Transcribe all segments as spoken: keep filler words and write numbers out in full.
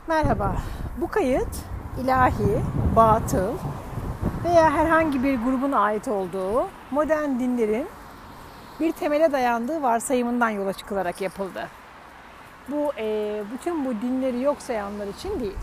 Merhaba, bu kayıt ilahi, batıl veya herhangi bir grubun ait olduğu modern dinlerin bir temele dayandığı varsayımından yola çıkılarak yapıldı. Bu e, bütün bu dinleri yok sayanlar için değil.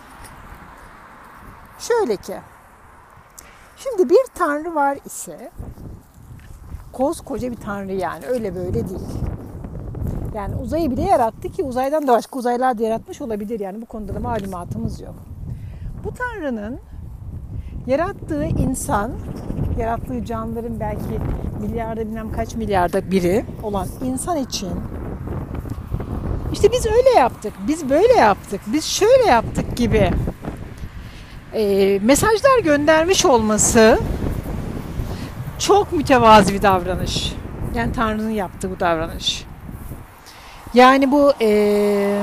Şöyle ki, şimdi bir tanrı var ise, koskoca bir tanrı yani öyle böyle değil. Yani uzayı bile yarattı ki uzaydan da başka uzaylar da yaratmış olabilir. Yani bu konuda da malumatımız yok. Bu Tanrı'nın yarattığı insan, yarattığı canlıların belki milyarda bilmem kaç milyarda biri olan insan için işte biz öyle yaptık, biz böyle yaptık, biz şöyle yaptık gibi e, mesajlar göndermiş olması çok mütevazi bir davranış. Yani Tanrı'nın yaptığı bu davranış. Yani bu ee,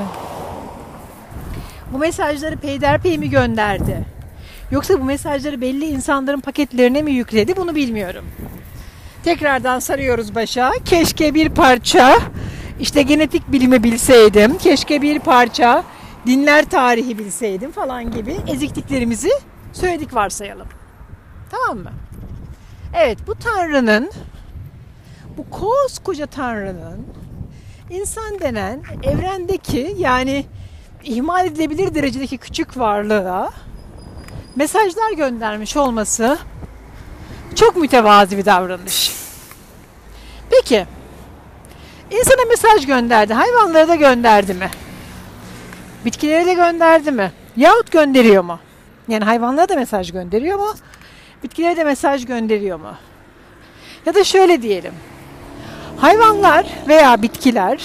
bu mesajları peyderpey mi gönderdi? Yoksa bu mesajları belli insanların paketlerine mi yükledi? Bunu bilmiyorum. Tekrardan sarıyoruz başa. Keşke bir parça işte genetik bilimi bilseydim. Keşke bir parça dinler tarihi bilseydim falan gibi ezikliklerimizi söyledik varsayalım. Tamam mı? Evet, bu Tanrı'nın, bu koskoca Tanrı'nın İnsan denen evrendeki yani ihmal edilebilir derecedeki küçük varlığa mesajlar göndermiş olması çok mütevazi bir davranış. Peki, insana mesaj gönderdi, hayvanlara da gönderdi mi? Bitkilere de gönderdi mi? Yahut gönderiyor mu? Yani hayvanlara da mesaj gönderiyor mu? Bitkilere de mesaj gönderiyor mu? Ya da şöyle diyelim. Hayvanlar veya bitkiler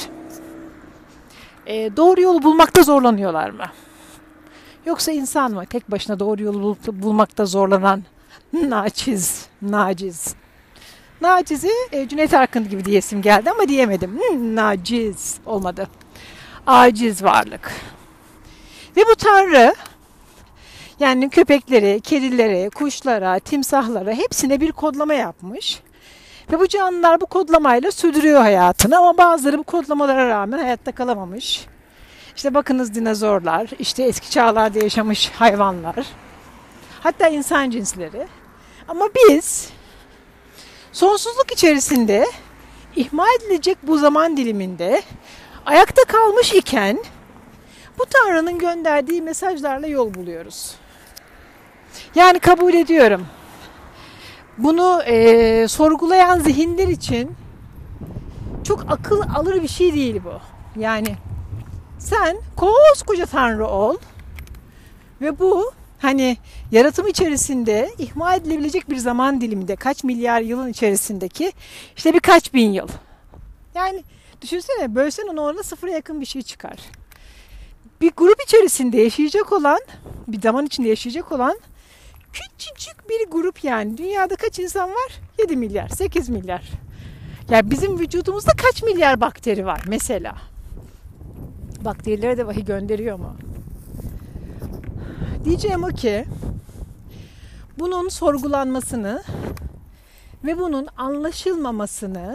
e, doğru yolu bulmakta zorlanıyorlar mı? Yoksa insan mı tek başına doğru yolu bulmakta zorlanan naçiz, naciz. Nacizi e, Cüneyt Arkın gibi diyesim geldi ama diyemedim. Hmm, naciz olmadı. Aciz varlık. Ve bu Tanrı yani köpekleri, kedileri, kuşlara, timsahlara hepsine bir kodlama yapmış. Ve bu canlılar bu kodlamayla sürdürüyor hayatını ama bazıları bu kodlamalara rağmen hayatta kalamamış. İşte bakınız dinozorlar, işte eski çağlarda yaşamış hayvanlar, hatta insan cinsleri. Ama biz sonsuzluk içerisinde ihmal edilecek bu zaman diliminde ayakta kalmış iken bu Tanrı'nın gönderdiği mesajlarla yol buluyoruz. Yani kabul ediyorum. Bunu e, sorgulayan zihinler için çok akıl alır bir şey değil bu. Yani sen koskoca Tanrı ol ve bu hani yaratım içerisinde ihmal edilebilecek bir zaman diliminde kaç milyar yılın içerisindeki işte birkaç bin yıl. Yani düşünsene bölsen onu orada sıfıra yakın bir şey çıkar. Bir grup içerisinde yaşayacak olan, bir zaman içinde yaşayacak olan küçücük bir grup yani. Dünyada kaç insan var? yedi milyar, sekiz milyar. Yani bizim vücudumuzda kaç milyar bakteri var mesela? Bakterilere de vahiy gönderiyor mu? Diyeceğim o ki bunun sorgulanmasını ve bunun anlaşılmamasını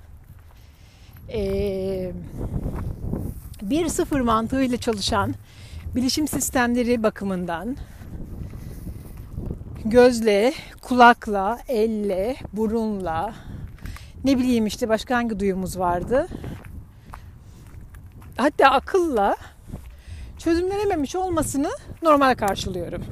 ee, bir sıfır mantığıyla çalışan bilişim sistemleri bakımından gözle, kulakla, elle, burunla, ne bileyim işte başka hangi duyumuz vardı? Hatta akılla çözümlenememiş olmasını normal karşılıyorum.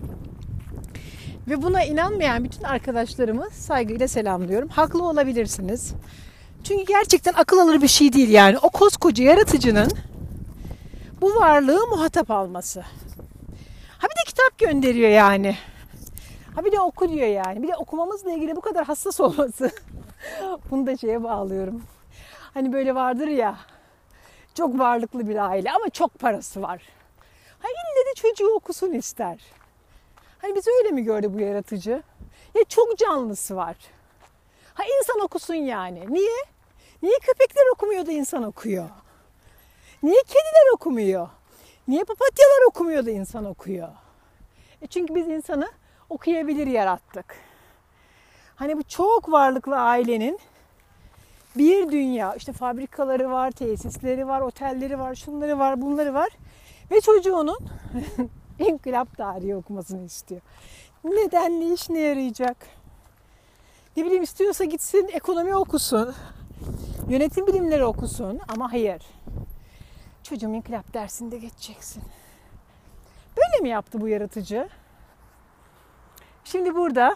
Ve buna inanmayan bütün arkadaşlarımı saygıyla selamlıyorum. Haklı olabilirsiniz. Çünkü gerçekten akıl alır bir şey değil yani. O koskoca yaratıcının bu varlığı muhatap alması. Ha bir de kitap gönderiyor yani. Ha bir de oku diyor yani. Bir de okumamızla ilgili bu kadar hassas olması. Bunu da şeye bağlıyorum. Hani böyle vardır ya. Çok varlıklı bir aile ama çok parası var. Ha ille de çocuğu okusun ister. Hani biz öyle mi gördü bu yaratıcı? Ya çok canlısı var. Ha insan okusun yani. Niye? Niye köpekler okumuyor da insan okuyor? Niye kediler okumuyor? Niye papatyalar okumuyor da insan okuyor? E çünkü biz insanı okuyabilir yarattık. Hani bu çok varlıklı ailenin bir dünya, işte fabrikaları var, tesisleri var, otelleri var, şunları var, bunları var. Ve çocuğunun inkılap tarihi okumasını istiyor. Neden, ne işine yarayacak? Ne bileyim, istiyorsa gitsin ekonomi okusun, yönetim bilimleri okusun, ama hayır. Çocuğum inkılap dersinde geçeceksin. Böyle mi yaptı bu yaratıcı? Şimdi burada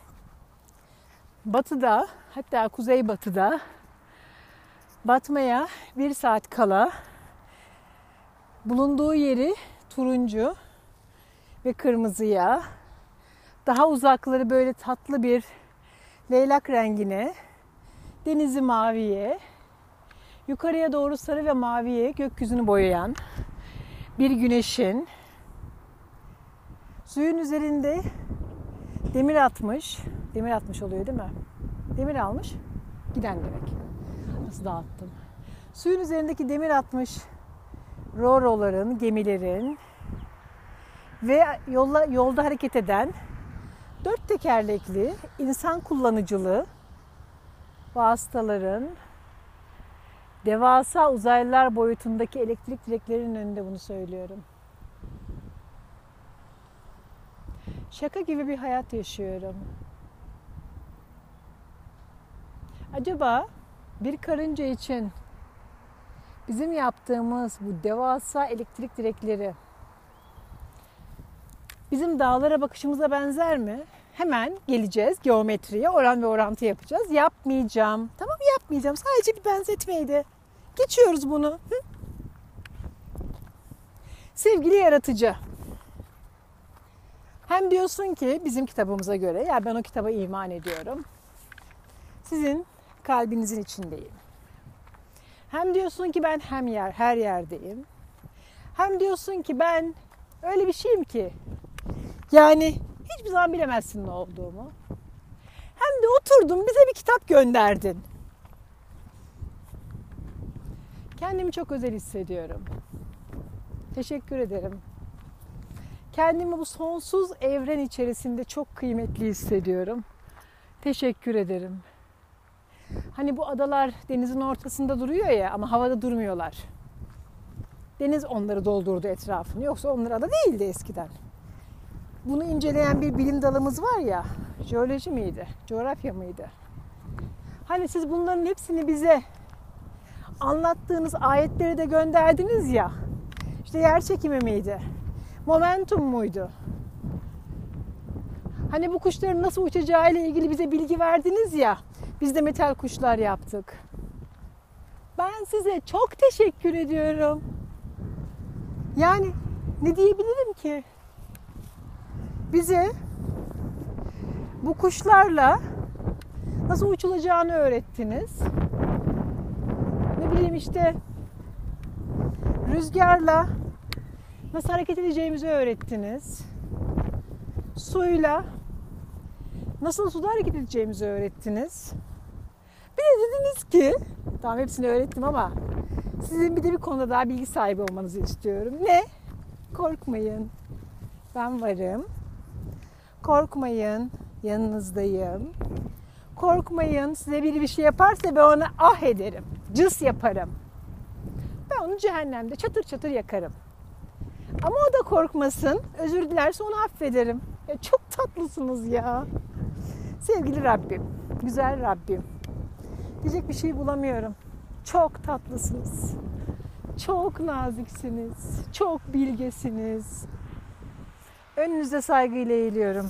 batıda, hatta kuzeybatıda batmaya bir saat kala bulunduğu yeri turuncu ve kırmızıya, daha uzakları böyle tatlı bir leylak rengine, denizi maviye, yukarıya doğru sarı ve maviye gökyüzünü boyayan bir güneşin suyun üzerinde demir atmış, demir atmış oluyor değil mi? Demir almış, giden demek. Nasıl dağıttım? Suyun üzerindeki demir atmış roroların, gemilerin ve yolla, yolda hareket eden dört tekerlekli insan kullanıcılı vasıtaların devasa uzaylılar boyutundaki elektrik direklerinin önünde bunu söylüyorum. Şaka gibi bir hayat yaşıyorum. Acaba bir karınca için bizim yaptığımız bu devasa elektrik direkleri bizim dağlara bakışımıza benzer mi? Hemen geleceğiz geometriye, oran ve orantı yapacağız. Yapmayacağım. Tamam, yapmayacağım. Sadece bir benzetmeydi. Geçiyoruz bunu. Hı? Sevgili yaratıcı. Hem diyorsun ki bizim kitabımıza göre, ya ben o kitaba iman ediyorum. Sizin kalbinizin içindeyim. Hem diyorsun ki ben hem yer, her yerdeyim. Hem diyorsun ki ben öyle bir şeyim ki yani hiçbir zaman bilemezsin ne olduğumu. Hem de oturdun bize bir kitap gönderdin. Kendimi çok özel hissediyorum. Teşekkür ederim. Kendimi bu sonsuz evren içerisinde çok kıymetli hissediyorum. Teşekkür ederim. Hani bu adalar denizin ortasında duruyor ya, ama havada durmuyorlar. Deniz onları doldurdu etrafını. Yoksa onlar ada değildi eskiden. Bunu inceleyen bir bilim dalımız var ya, jeoloji miydi, coğrafya mıydı? Hani siz bunların hepsini bize anlattığınız ayetleri de gönderdiniz ya, işte yer çekimi miydi, momentum muydu? Hani bu kuşların nasıl uçacağı ile ilgili bize bilgi verdiniz ya, biz de metal kuşlar yaptık. Ben size çok teşekkür ediyorum. Yani ne diyebilirim ki? Bize bu kuşlarla nasıl uçulacağını öğrettiniz. Ne bileyim işte rüzgarla nasıl hareket edeceğimizi öğrettiniz. Suyla nasıl suda hareket edeceğimizi öğrettiniz. Bir de dediniz ki, tamam hepsini öğrettim ama sizin bir de bir konuda daha bilgi sahibi olmanızı istiyorum. Ne? Korkmayın. Ben varım. Korkmayın. Yanınızdayım. Korkmayın. Size biri bir şey yaparsa ben ona ah ederim. Cıs yaparım. Ben onu cehennemde çatır çatır yakarım. Ama o da korkmasın. Özür dilerse onu affederim. Ya çok tatlısınız ya. Sevgili Rabbim. Güzel Rabbim. Diyecek bir şey bulamıyorum. Çok tatlısınız. Çok naziksiniz. Çok bilgesiniz. Önünüze saygıyla eğiliyorum.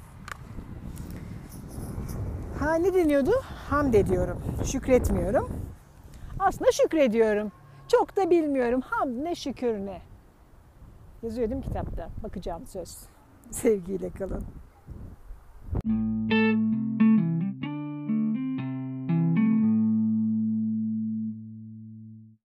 Ha ne deniyordu? Hamd ediyorum. Şükretmiyorum. Aslında şükrediyorum. Çok da bilmiyorum. Hamd ne, şükür ne. Yazıyor değil mi kitapta? Bakacağım söz. Sevgiyle kalın.